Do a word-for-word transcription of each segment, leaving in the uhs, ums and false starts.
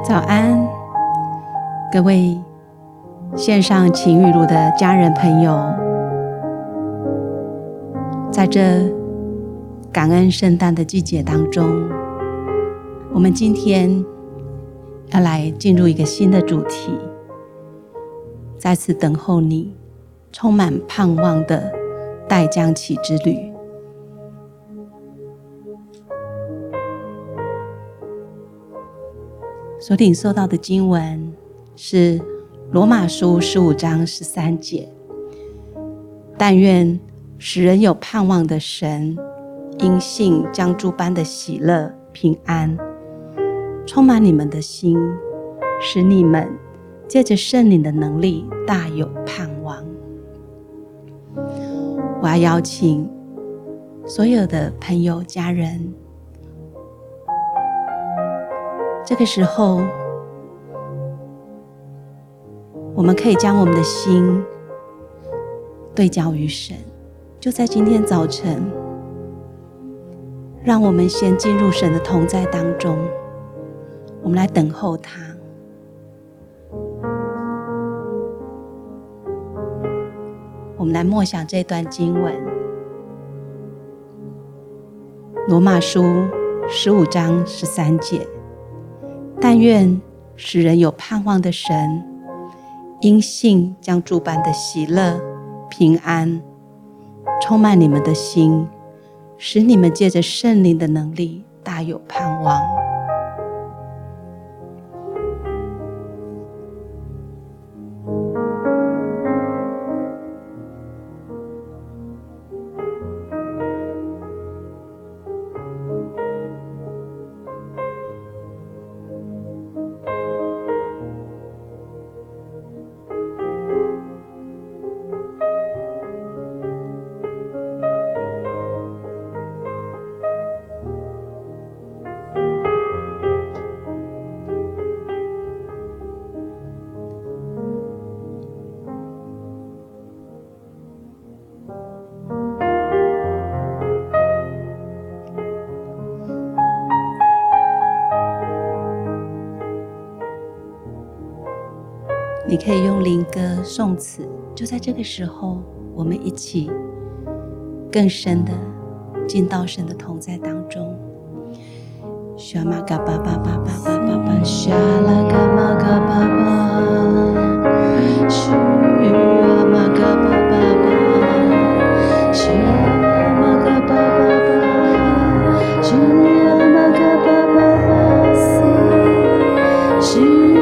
早安，各位线上情雨露的家人朋友，在这感恩圣诞的季节当中，我们今天要来进入一个新的主题，在此等候你，充满盼望的待将起之旅。所领受到的经文是罗马书十五章十三节，但愿使人有盼望的神，因信将诸般的喜乐平安充满你们的心，使你们借着圣灵的能力大有盼望。我要邀请所有的朋友家人，这个时候我们可以将我们的心对焦于神，就在今天早晨，让我们先进入神的同在当中，我们来等候他。我们来默想这段经文，罗马书十五章十三节，但愿使人有盼望的神，因信将诸般的喜乐平安充满你们的心，使你们借着圣灵的能力大有盼望。你可以用灵歌颂词，就在这个时候，我们一起更深的进到神的同在当中。沙玛嘎巴巴巴巴巴巴巴，沙拉嘎玛嘎巴巴，沙玛嘎巴巴巴，沙玛嘎巴巴巴，沙玛嘎巴巴巴，沙。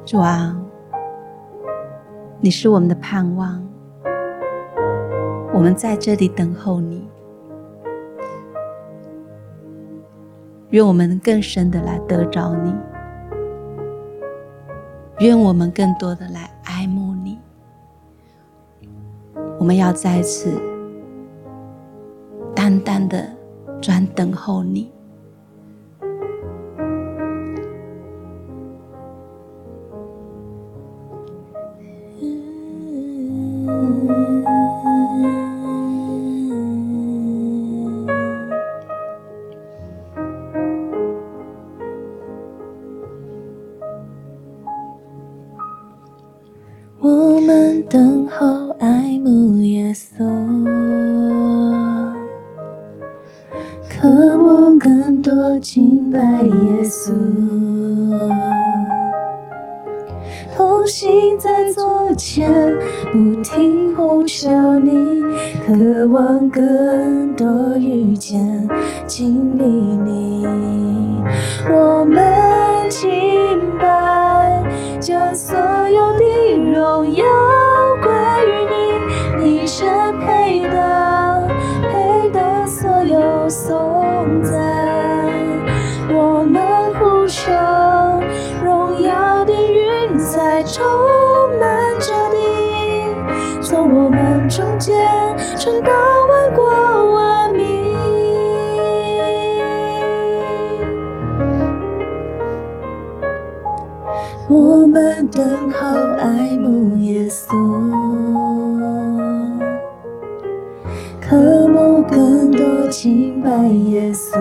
主啊，你是我们的盼望，我们在这里等候你。愿我们更深的来得着你，愿我们更多的来爱慕你。我们要在此单单的专等候你。 我们等候爱慕耶稣，渴慕更多敬拜耶稣，同行在左前，不停呼求你，渴望更多遇见经历你。我们敬拜，将所有的荣耀归于你，你是配得，配得所有颂赞。我们呼求，荣耀的云彩充满着地，从我们中间传到万国万民。我们等候爱慕耶稣，渴慕更多敬拜耶稣，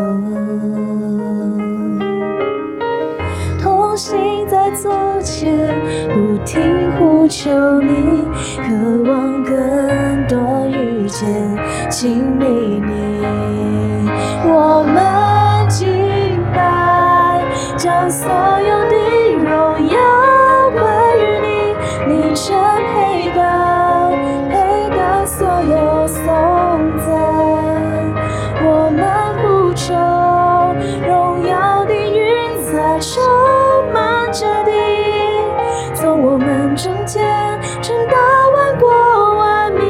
同行在左前，不停呼求你，渴望更多遇见经历你。我们敬拜，将所有的荣耀归于你，你真配得，配得所有颂赞。我们呼求，荣耀的云彩充满着地，从我们中间传到万国万民。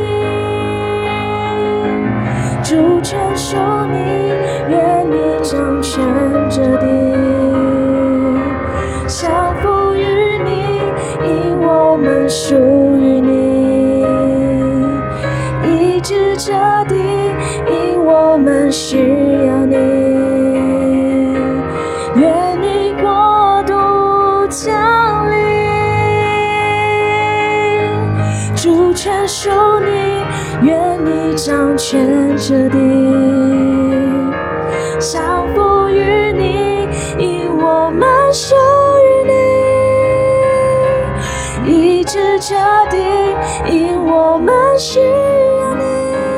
主权属你，愿你掌权着地，降服于你，因我们属于你；医治这地，因我们需要你。愿你国度降临，主权属你，愿你掌权这地，降服于你，因我们属于你；医治这地，因我们需要你。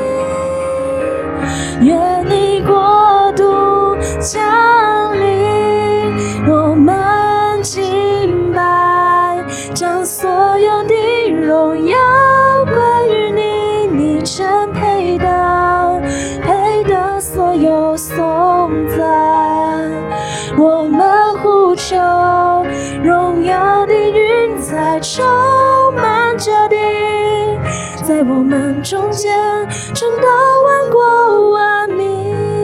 愿你国度降临，我们敬拜，将所有的荣耀归于你，你真配得，配得所有颂赞。我们呼求，荣耀的云彩充满着地，在我们中间传到万国万民。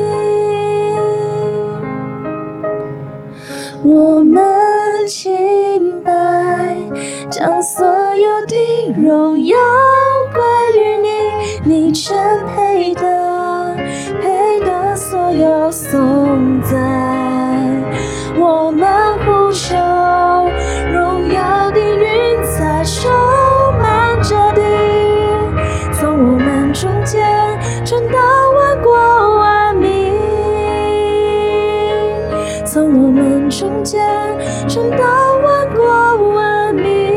我们敬拜，将所有的荣耀归于你，你真配得，配得所有颂赞。我们呼求，荣耀的云彩充满着地，从我们中间传到万国万民，从我们中间传到万国万民，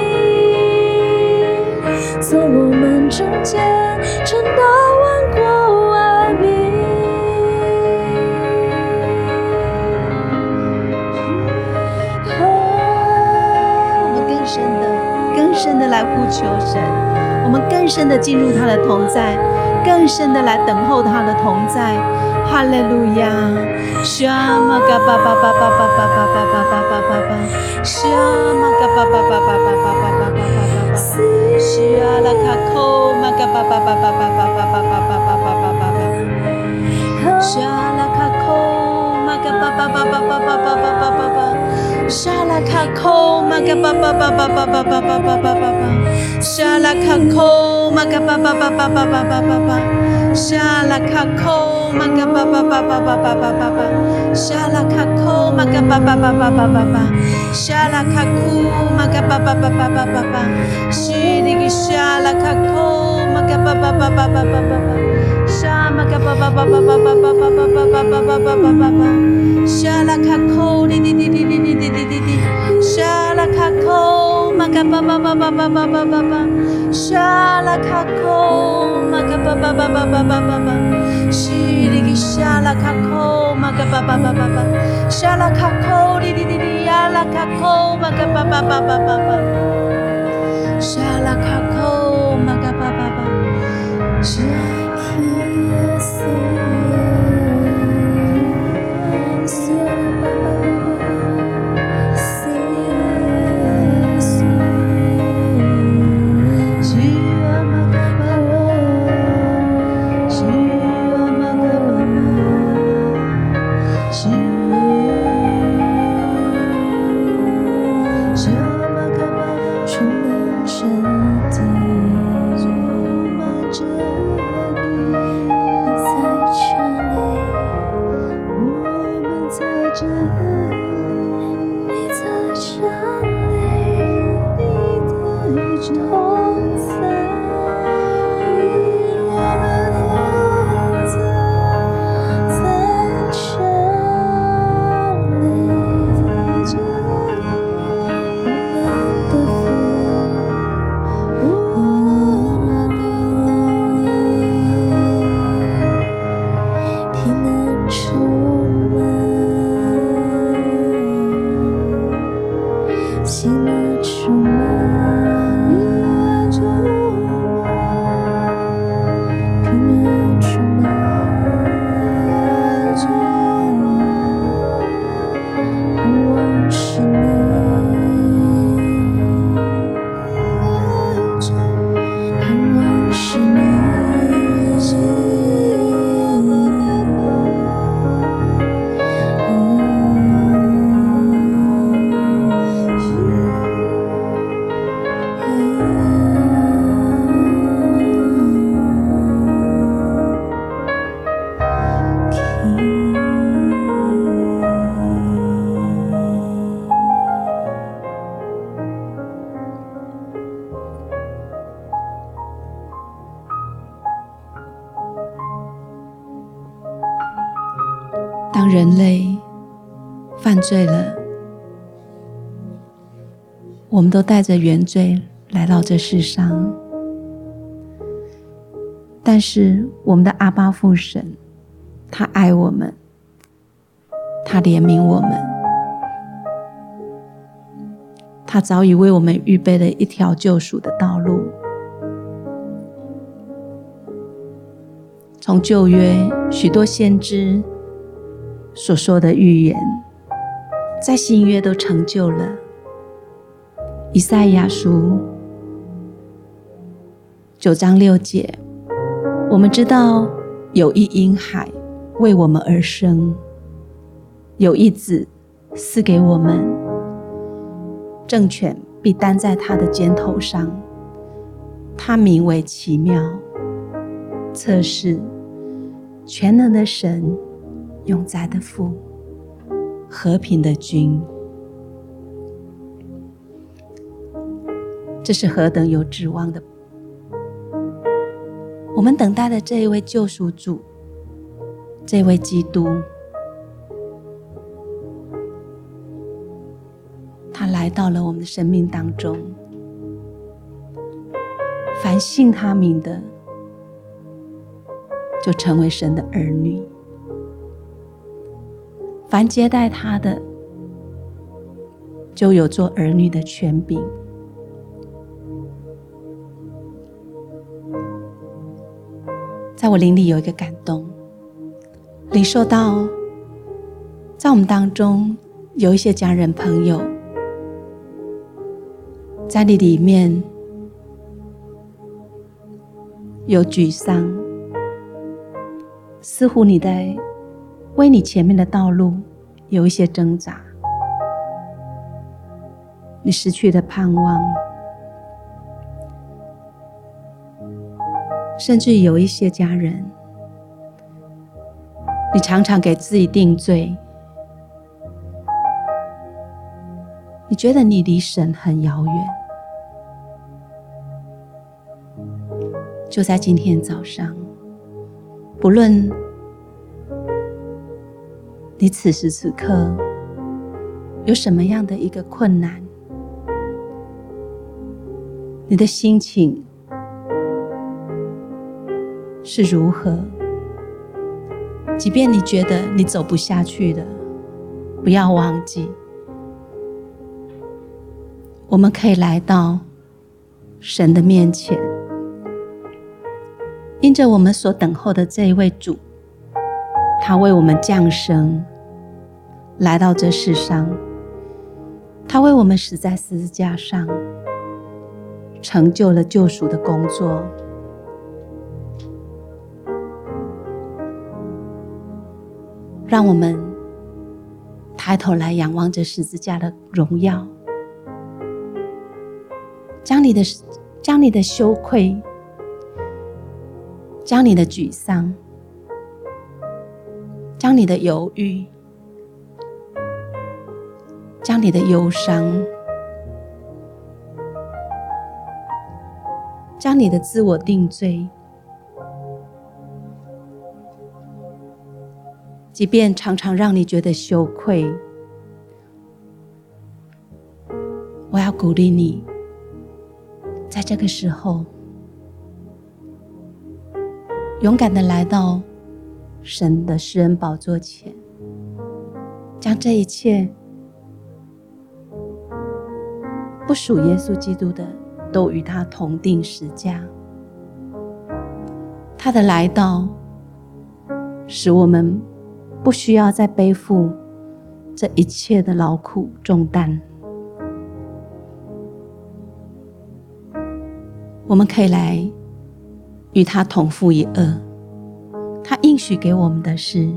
从我们中间传到万国万民。 我们更深的、更深的来呼求神，我们更深的进入他的同在，更深的来等候他的同在。 哈利路亚，沙玛嘎巴巴巴巴巴巴巴巴巴巴巴巴巴，沙玛嘎巴巴巴巴巴巴巴巴巴巴巴巴，西阿拉卡扣玛嘎巴巴巴巴巴巴巴巴巴巴巴巴巴巴，沙拉卡扣玛嘎巴巴巴巴巴巴巴巴巴巴巴，沙拉卡扣玛嘎巴巴巴巴巴巴巴巴巴巴巴，沙拉卡扣玛嘎巴巴巴巴巴巴巴巴巴。沙拉卡扣玛嘎巴巴巴巴巴巴巴巴巴，沙拉卡扣玛嘎巴巴巴巴巴巴巴，沙拉卡库玛嘎巴巴巴巴巴巴巴，西里吉沙拉卡扣玛嘎巴巴巴巴巴巴巴巴，沙玛嘎巴巴巴巴巴巴巴巴巴巴巴巴巴巴巴巴，沙拉卡扣哩哩哩哩哩哩哩哩哩哩，沙拉卡扣玛嘎巴巴巴巴巴巴巴巴巴，沙拉卡扣玛嘎巴巴巴巴巴。巴巴巴，西里吉沙拉卡扣玛嘎巴巴巴巴巴，沙拉卡扣哩哩哩哩呀拉卡扣玛嘎巴巴巴巴巴巴，沙拉卡扣玛嘎巴巴巴，沙耶稣当人类犯罪了，我们都带着原罪来到这世上，但是我们的阿爸父神，他爱我们，他怜悯我们，他早已为我们预备了一条救赎的道路。从旧约许多先知所说的预言，在新约都成就了。以赛亚书九章六节，我们知道有一婴孩为我们而生，有一子赐给我们，政权必担在他的肩头上，他名为奇妙、策士、全能的神、永在的父、和平的君。这是何等有指望的！我们等待的这一位救赎主，这位基督，他来到了我们的生命当中。凡信他名的，就成为神的儿女；凡接待他的，就有做儿女的权柄。在我灵里有一个感动， 领受到在我们当中有一些家人朋友，在你里面有沮丧，似乎你在为你前面的道路有一些挣扎，你失去了盼望，甚至有一些家人，你常常给自己定罪，你觉得你离神很遥远。就在今天早上，不论你此时此刻有什么样的一个困难，你的心情是如何，即便你觉得你走不下去的，不要忘记，我们可以来到神的面前，因着我们所等候的这一位主，他为我们降生来到这世上，他为我们死在十字架上，成就了救赎的工作。让我们抬头来仰望这十字架的荣耀，将你的将你的羞愧，将你的沮丧，将你的犹豫，将你的忧伤，将你的自我定罪，即便常常让你觉得羞愧，我要鼓励你，在这个时候勇敢的来到神的施恩宝座前，将这一切不属耶稣基督的都与他同定十架。他的来到使我们不需要再背负这一切的劳苦重担，我们可以来与他同负一軛。他应许给我们的是，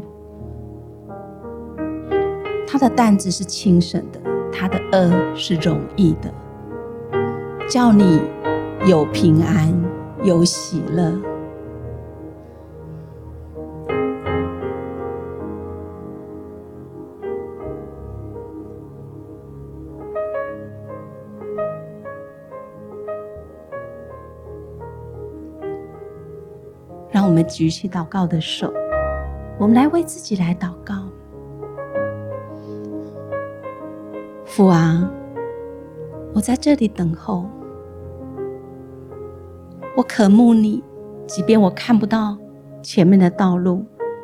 他的担子是轻省的，他的軛是容易的，叫你有平安，有喜乐。让我们举起祷告的手，我们来为自己来祷告。父啊，我在这里等候，我渴慕你，即便我看不到前面的道路，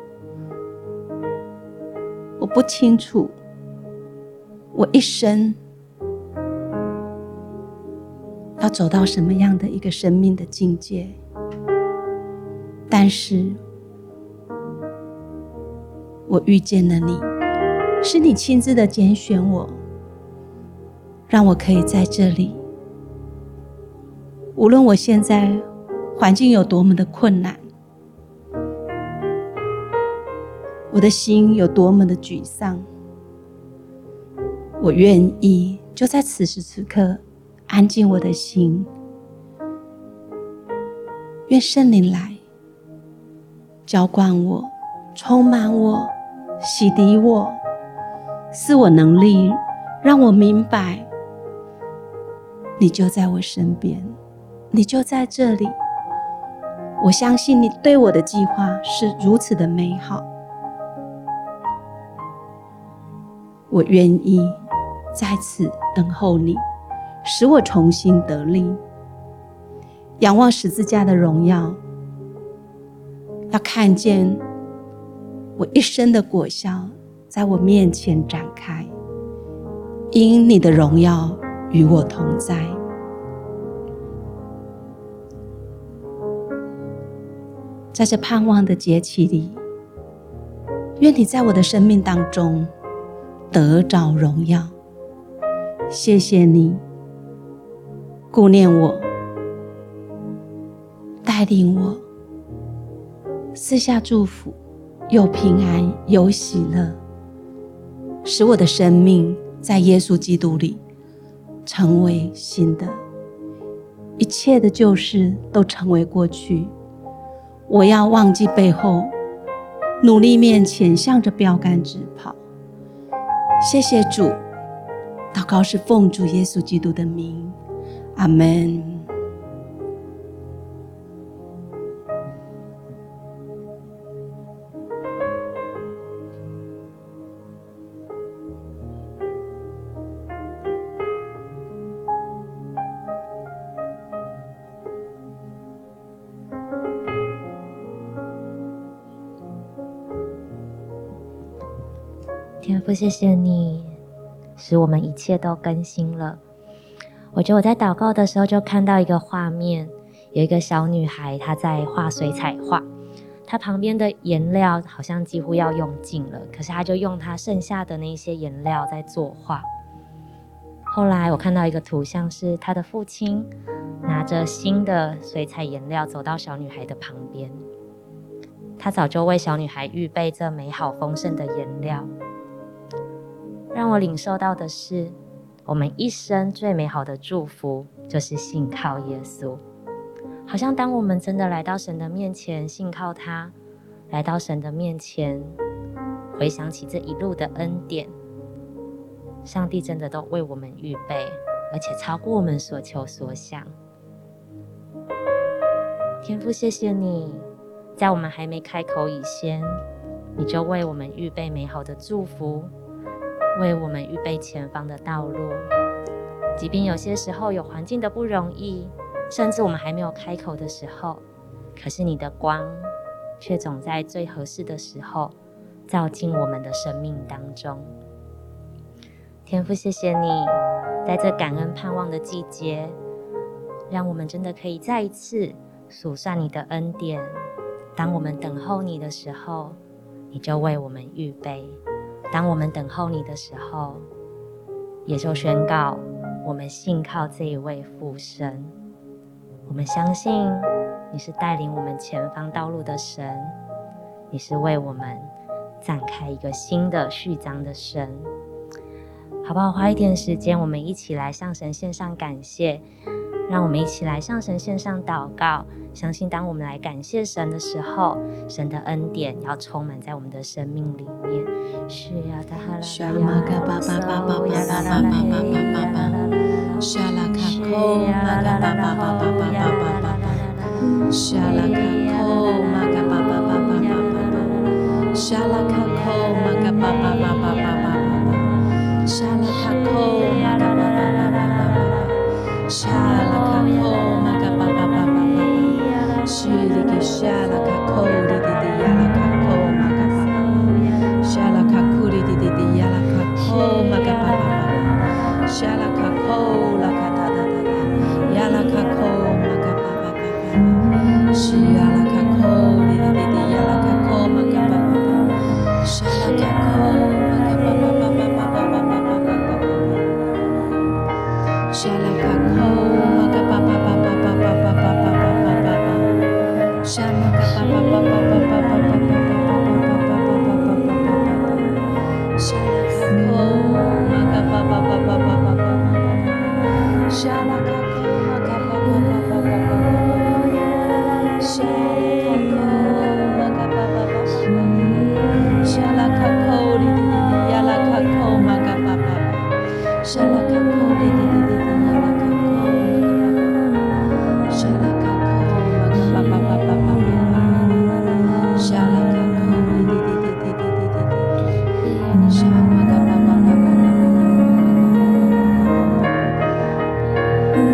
我不清楚我一生要走到什么样的一个生命的境界，但是我遇见了你，是你亲自的拣选我，让我可以在这里，无论我现在环境有多么的困难，我的心有多么的沮丧，我愿意就在此时此刻安静我的心，愿圣灵来浇灌我，充满我，洗涤我，赐我能力，让我明白你就在我身边，你就在这里。我相信你对我的计划是如此的美好，我愿意在此等候你，使我重新得力，仰望十字架的荣耀，要看见我一生的果效在我面前展开，因你的荣耀与我同在。在这盼望的节期里， 愿你在我的生命当中得着荣耀。谢谢你顾念我，带领我，赐下祝福，有平安，有喜乐，使我的生命在耶稣基督里成为新的，一切的旧事都成为过去。我要忘记背后，努力面前，向着标杆直跑。谢谢主，祷告是奉主耶稣基督的名，阿们。 天父，谢谢你使我们一切都更新了。我觉得我在祷告的时候就看到一个画面，有一个小女孩，她在画水彩画，她旁边的颜料好像几乎要用尽了，可是她就用她剩下的那些颜料在作画。后来我看到一个图像，是她的父亲拿着新的水彩颜料走到小女孩的旁边，他早就为小女孩预备这美好丰盛的颜料。让我领受到的是，我们一生最美好的祝福就是信靠耶稣。好像当我们真的来到神的面前，信靠他，来到神的面前，回想起这一路的恩典，上帝真的都为我们预备，而且超过我们所求所想。天父，谢谢你，在我们还没开口以前，你就为我们预备美好的祝福，为我们预备前方的道路。即便有些时候有环境的不容易，甚至我们还没有开口的时候，可是你的光却总在最合适的时候照进我们的生命当中。天父，谢谢你在这感恩盼望的季节，让我们真的可以再一次数算你的恩典。当我们等候你的时候，你就为我们预备。当我们等候你的时候，也就宣告我们信靠这一位父神。我们相信你是带领我们前方道路的神，你是为我们展开一个新的序章的神。好不好？花一点时间，我们一起来向神献上感谢，让我们一起来向神献上祷告。相信当我们来感谢神的时候，神的恩典要充满在我们的生命里面。是呀，达哈拉沙玛嘎巴巴巴巴巴巴巴巴巴巴巴，沙拉卡扣玛嘎巴巴巴巴巴巴巴巴，沙拉卡扣玛嘎巴巴巴巴巴巴，沙拉卡扣玛嘎巴巴巴巴巴巴巴，沙拉卡扣玛嘎巴巴巴巴巴巴，沙拉卡扣玛嘎巴巴巴巴巴巴。是的个沙拉卡扣的的的亚拉卡扣玛嘎巴巴，沙拉卡库的的的的亚拉卡扣玛嘎巴巴巴，沙拉卡扣拉卡哒哒哒哒，亚拉卡扣玛嘎巴巴巴巴，是亚拉卡扣的的的的亚拉卡扣玛嘎巴巴巴，沙拉卡扣玛嘎巴巴巴巴巴巴巴巴巴巴巴，沙拉卡扣玛嘎巴巴巴巴巴巴巴巴巴巴。沙玛嘎巴巴巴巴巴巴巴巴巴巴巴巴巴巴巴巴巴巴，沙拉卡扣玛嘎巴巴巴巴巴巴巴巴巴，沙拉卡扣玛嘎巴巴巴巴巴巴巴巴，沙拉卡扣玛嘎巴巴巴巴巴，沙拉卡扣哩哩哩哩呀拉卡扣玛嘎巴巴巴，沙拉卡扣哩哩哩哩哩呀拉卡扣玛嘎巴巴，沙拉卡扣玛嘎巴巴巴巴巴。沙拉卡扣哩哩哩哩哩哩哩哩，沙玛嘎巴巴巴巴巴巴巴巴巴巴巴，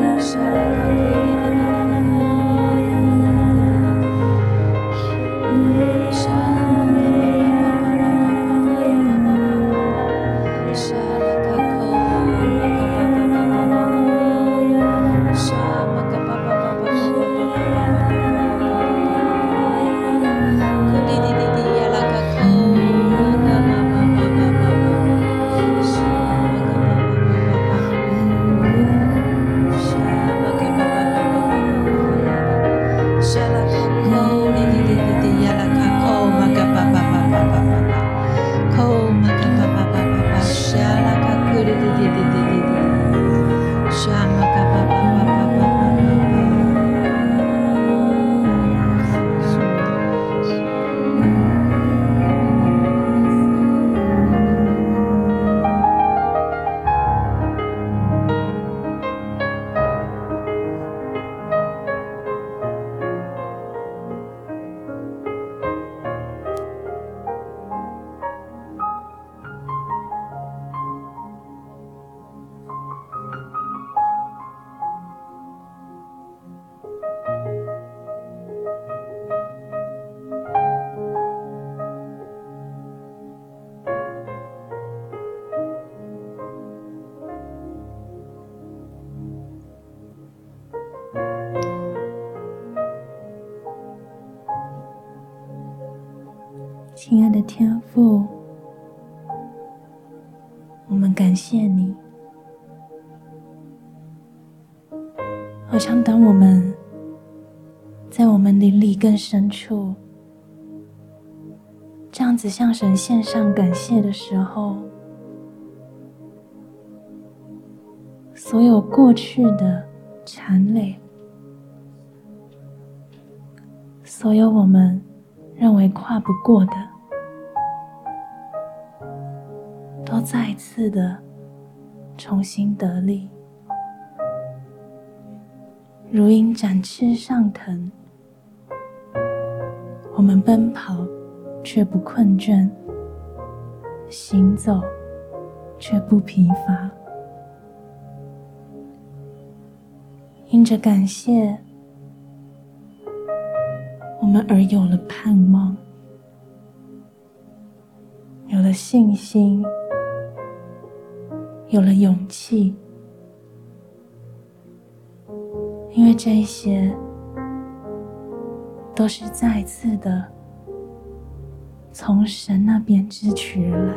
亲爱的天父，我们感谢你。好像当我们在我们灵里更深处，这样子向神献上感谢的时候，所有过去的缠累，所有我们认为跨不过的，都再一次的重新得力，如鹰展翅上腾，我们奔跑却不困倦，行走却不疲乏。因着感谢，我们而有了盼望，有了信心，有了勇气。因为这些都是再次的从神那边支取而来。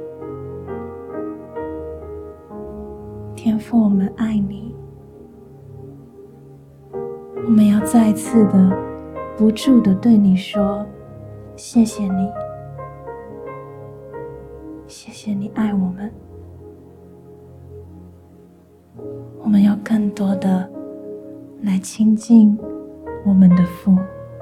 天父，我们爱你，我们要再次的不住的对你说，谢谢你，谢谢你爱我们。我们要更多的来亲近我们的父。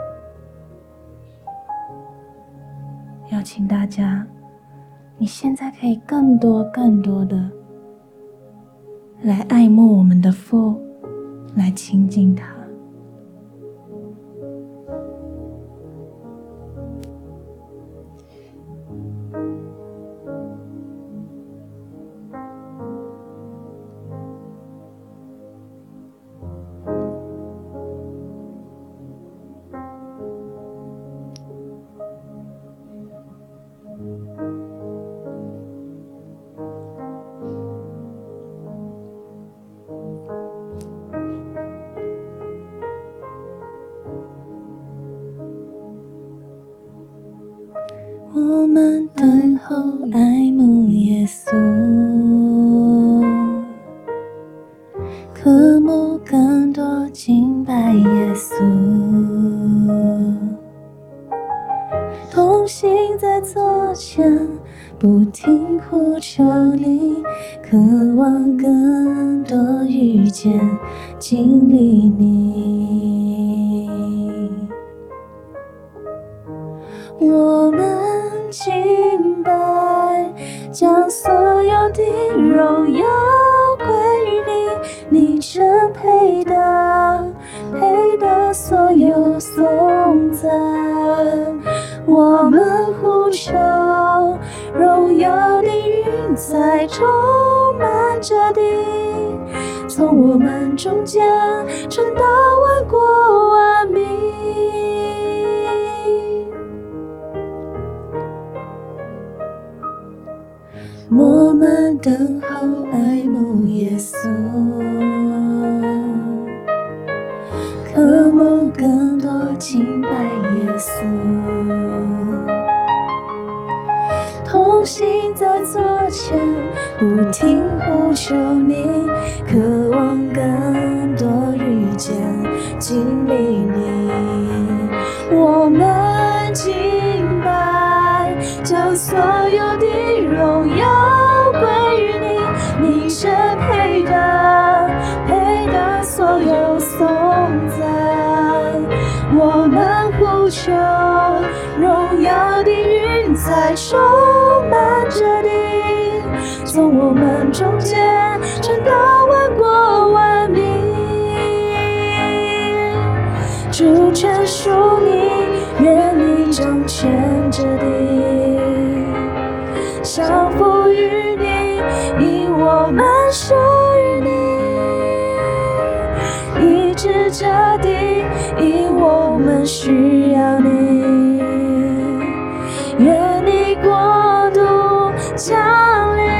邀请大家，你现在可以更多更多的来爱慕我们的父，来亲近他。我们等候爱慕耶稣，渴慕更多敬拜耶稣，同行在左前，不停呼求你，渴望更多遇见经历你。我们敬拜，将所有的荣耀归于你，你真配得，配得所有颂赞。我们呼求，荣耀的云彩充满着地，从我们中间传到万国万民。我们等候爱慕耶稣，渴慕更多敬拜耶稣，同行在左前，不停呼求你，渴望更多遇见经历你。我们敬拜，将所有的荣耀归于你，你真配得，配得所有颂赞。我们呼求，荣耀的云彩充满着地，从我们中间传到万国万民。主权属你，愿你掌权着地，降服于你，因我们属于你，医治这地，因我们需要你。愿你国度降临，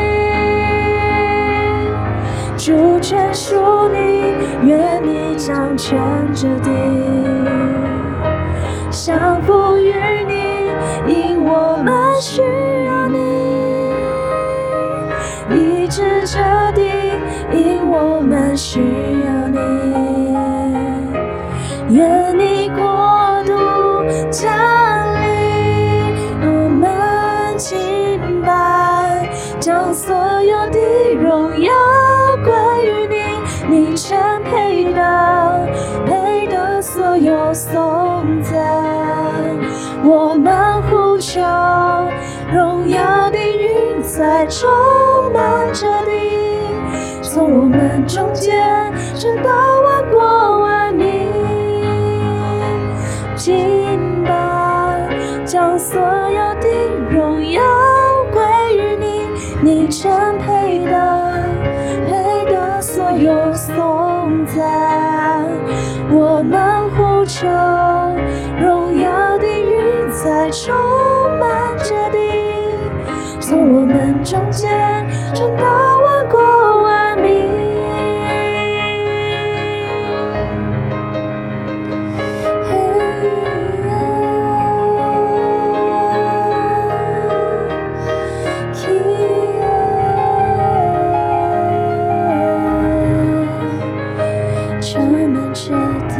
主权属你，愿你掌权着地，降服于你， 因我们需要你，医治这地，因我们需要你。愿你国度降临，我们敬拜，将所有的荣耀归于你，你真配得，配得所有颂赞。我们呼求，荣耀的云彩充满着地，从我们中间直到万国万民。敬拜，将所有的荣耀归于你，你真配得，配得所有颂赞。我们呼求，荣耀的云彩充满着地，从我们中间直到万国万民。充满着地，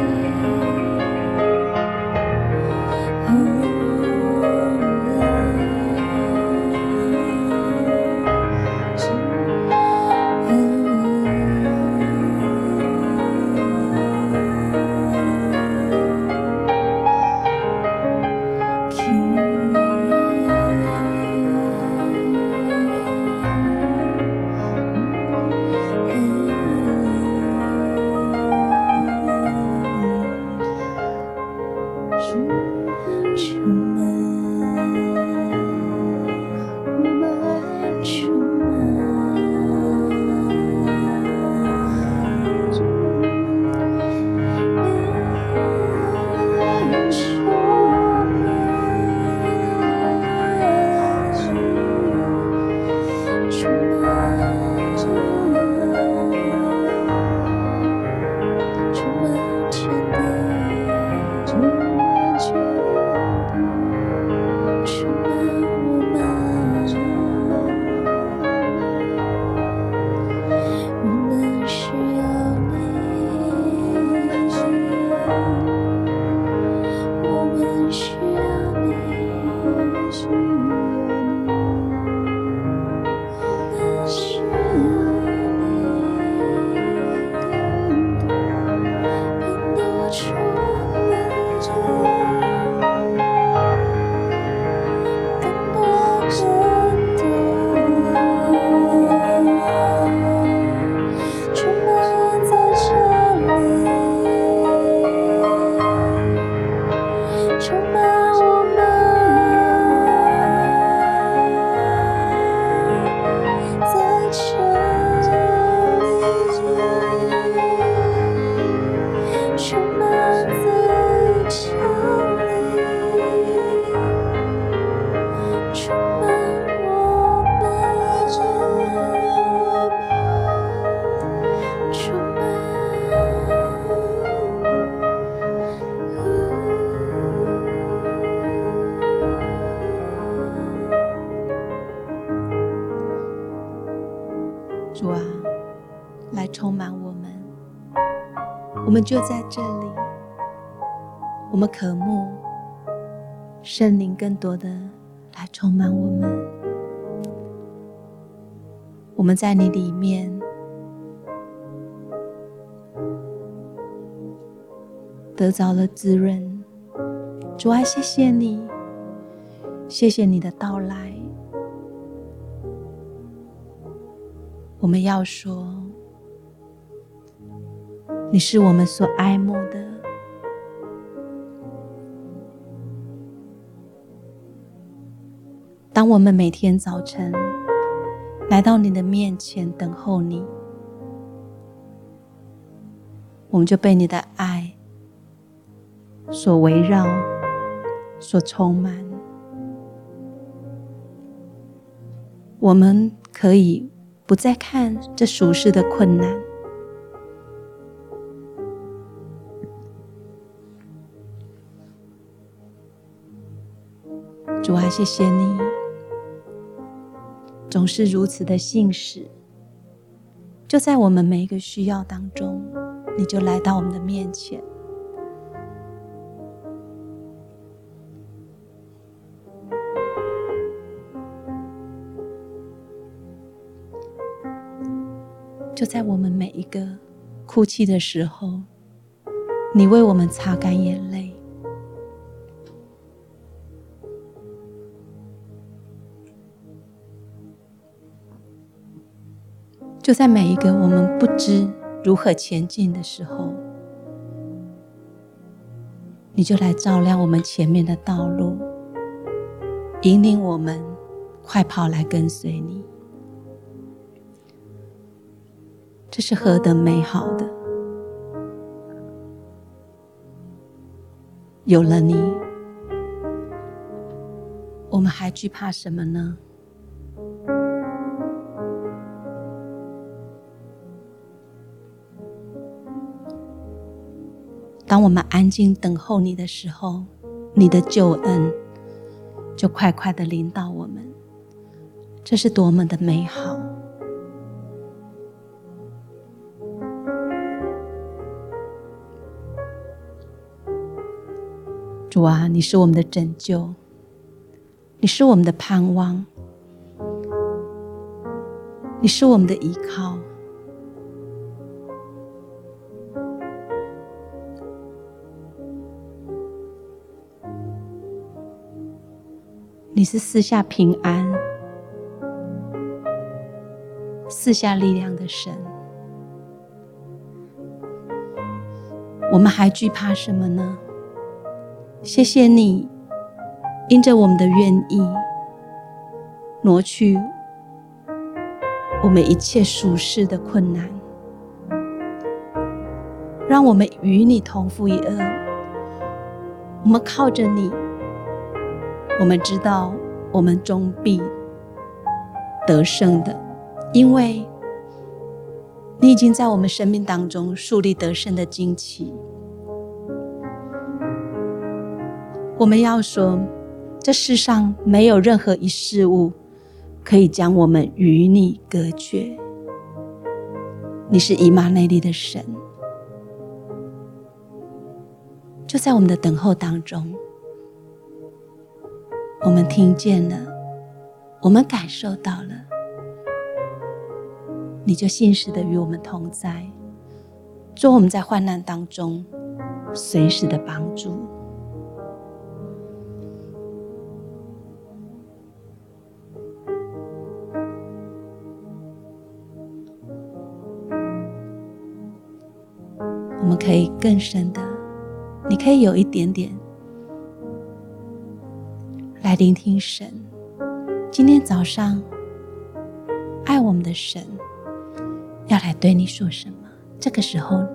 主啊，来充满我们，我们就在这里，我们渴慕圣灵更多的来充满我们，我们在你里面得着了滋润。主啊，谢谢你，谢谢你的到来。我们要说，你是我们所爱慕的。当我们每天早晨来到你的面前等候你，我们就被你的爱所围绕，所充满。我们可以不再看这属世的困难， 主啊，谢谢你总是如此的信实，就在我们每一个需要当中，你就来到我们的面前。就在我们每一个哭泣的时候，你为我们擦干眼泪。就在每一个我们不知如何前进的时候，你就来照亮我们前面的道路，引领我们快跑来跟随你。这是何等美好的！有了你，我们还惧怕什么呢？当我们安静等候你的时候，你的救恩就快快地临到我们，这是多么的美好！主啊，你是我们的拯救，你是我们的盼望，你是我们的依靠。你是赐下平安、赐下力量的神，我们还惧怕什么呢？谢谢你，因着我们的愿意，挪去我们一切属世的困难，让我们与你同负一轭。我们靠着你，我们知道我们终必得胜的，因为你已经在我们生命当中树立得胜的旌旗。我们要说，这世上没有任何一事物可以将我们与你隔绝。你是以马内利的神，就在我们的等候当中，我们听见了，我们感受到了，你就信实的与我们同在，做我们在患难当中随时的帮助。我们可以更深的，你可以有一点点来聆听神。今天早上爱我们的神要来对你说什么？这个时候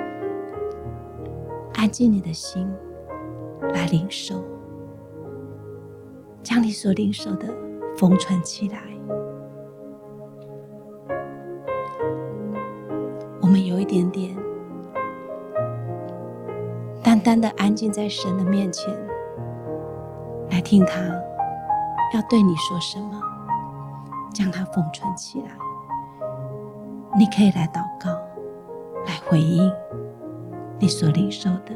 安静你的心来领受，将你所领受的封存起来。我们有一点点单单的安静在神的面前，来听他要对你说什么，将它封存起来。你可以来祷告，来回应你所领受的。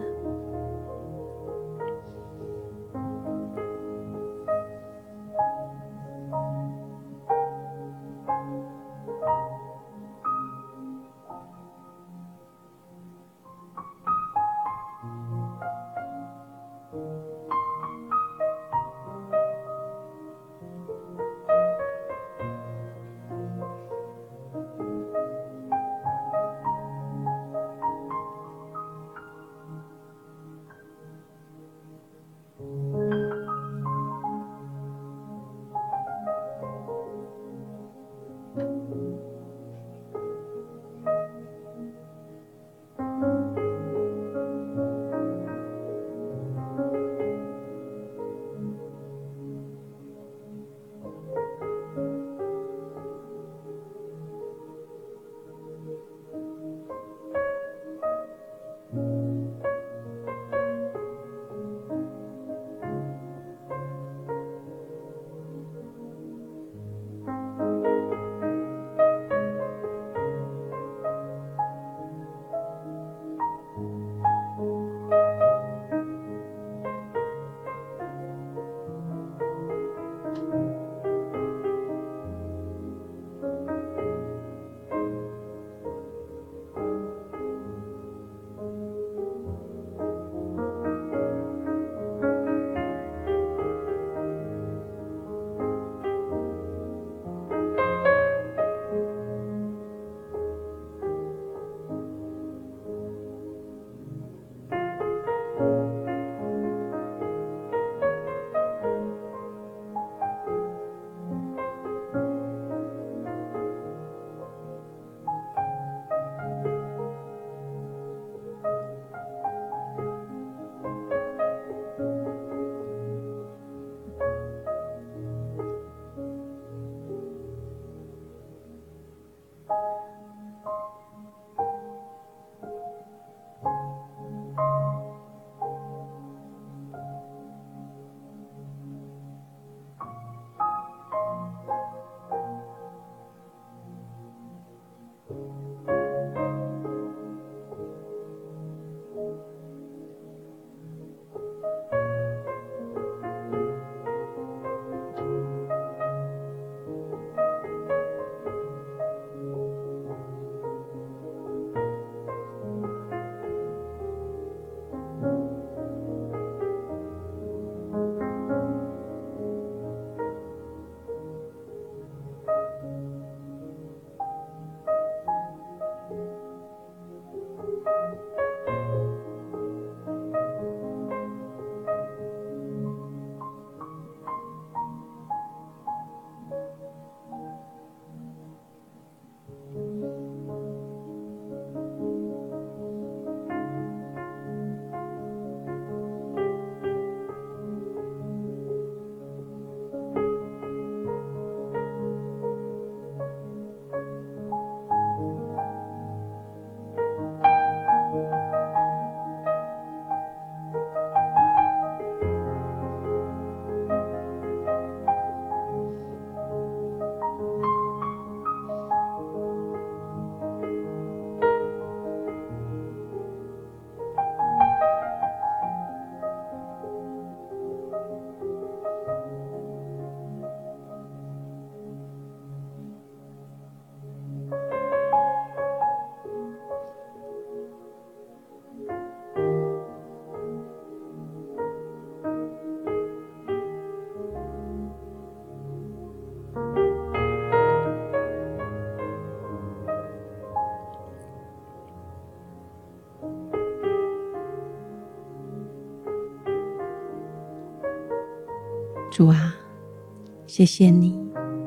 主啊，谢谢你，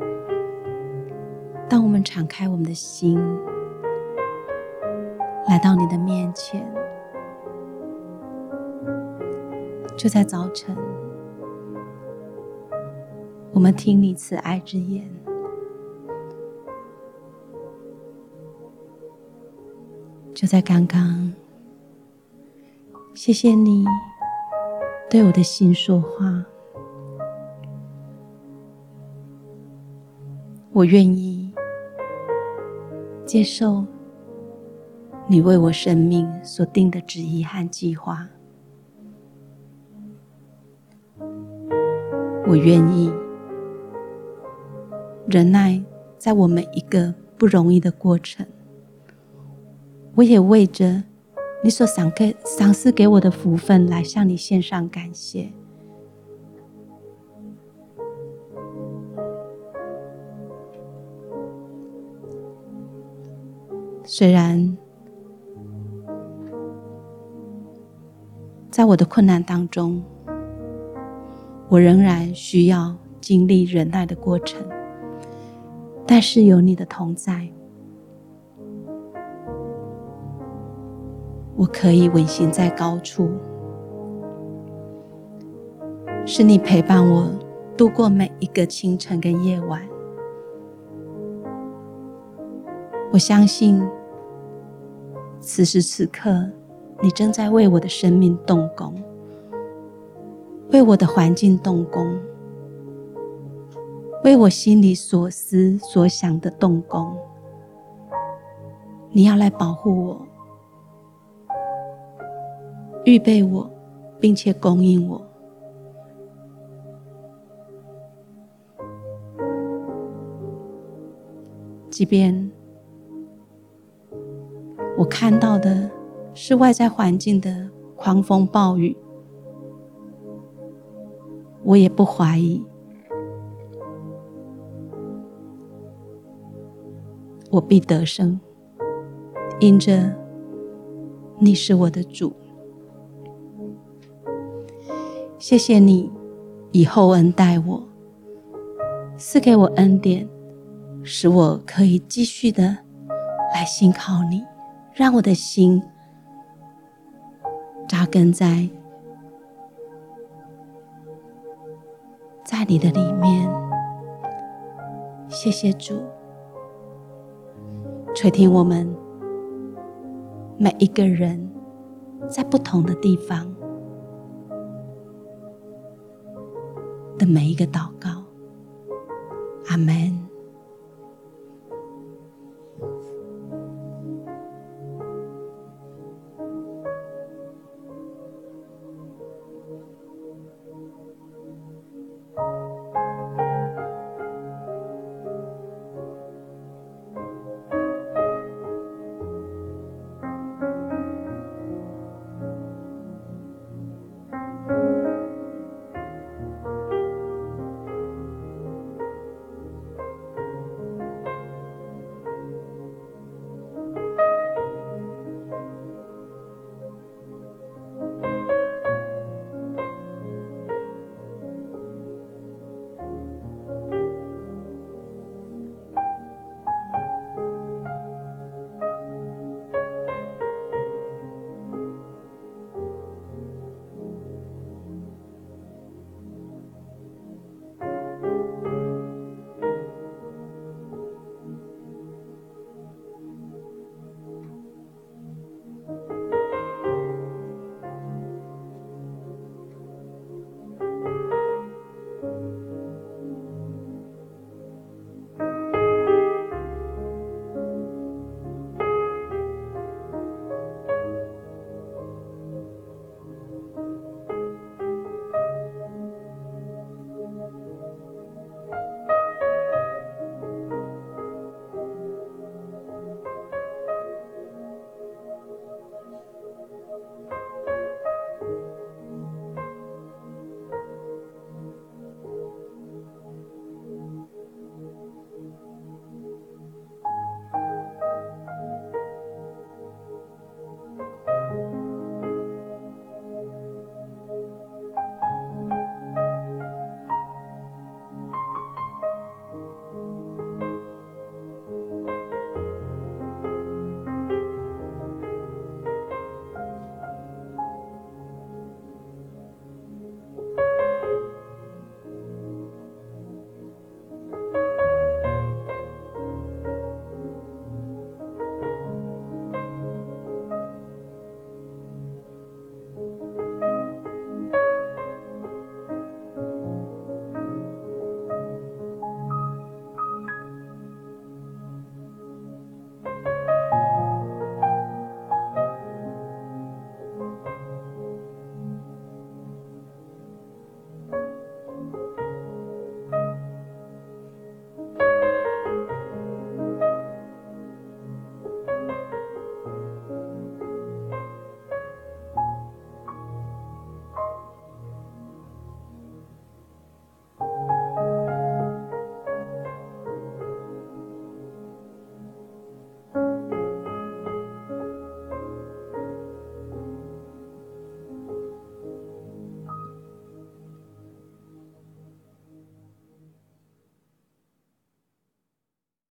当我们敞开我们的心，来到你的面前，就在早晨，我们听你慈爱之言，就在刚刚，谢谢你对我的心说话，我愿意接受你为我生命所定的旨意和计划，我愿意忍耐在我每一个不容易的过程，我也为着你所赏给赏赐给我的福分来向你献上感谢。虽然在我的困难当中，我仍然需要经历忍耐的过程，但是有你的同在，我可以稳行在高处，是你陪伴我度过每一个清晨跟夜晚。我相信此时此刻你正在为我的生命动工，为我的环境动工，为我心里所思所想的动工。你要来保护我，预备我，并且供应我。即便我看到的是外在环境的狂风暴雨，我也不怀疑，我必得胜，因着你是我的主。谢谢你以厚恩待我，赐给我恩典，使我可以继续的来信靠你，让我的心扎根在在你的里面。谢谢主，垂听我们每一个人在不同的地方的每一个祷告。阿们。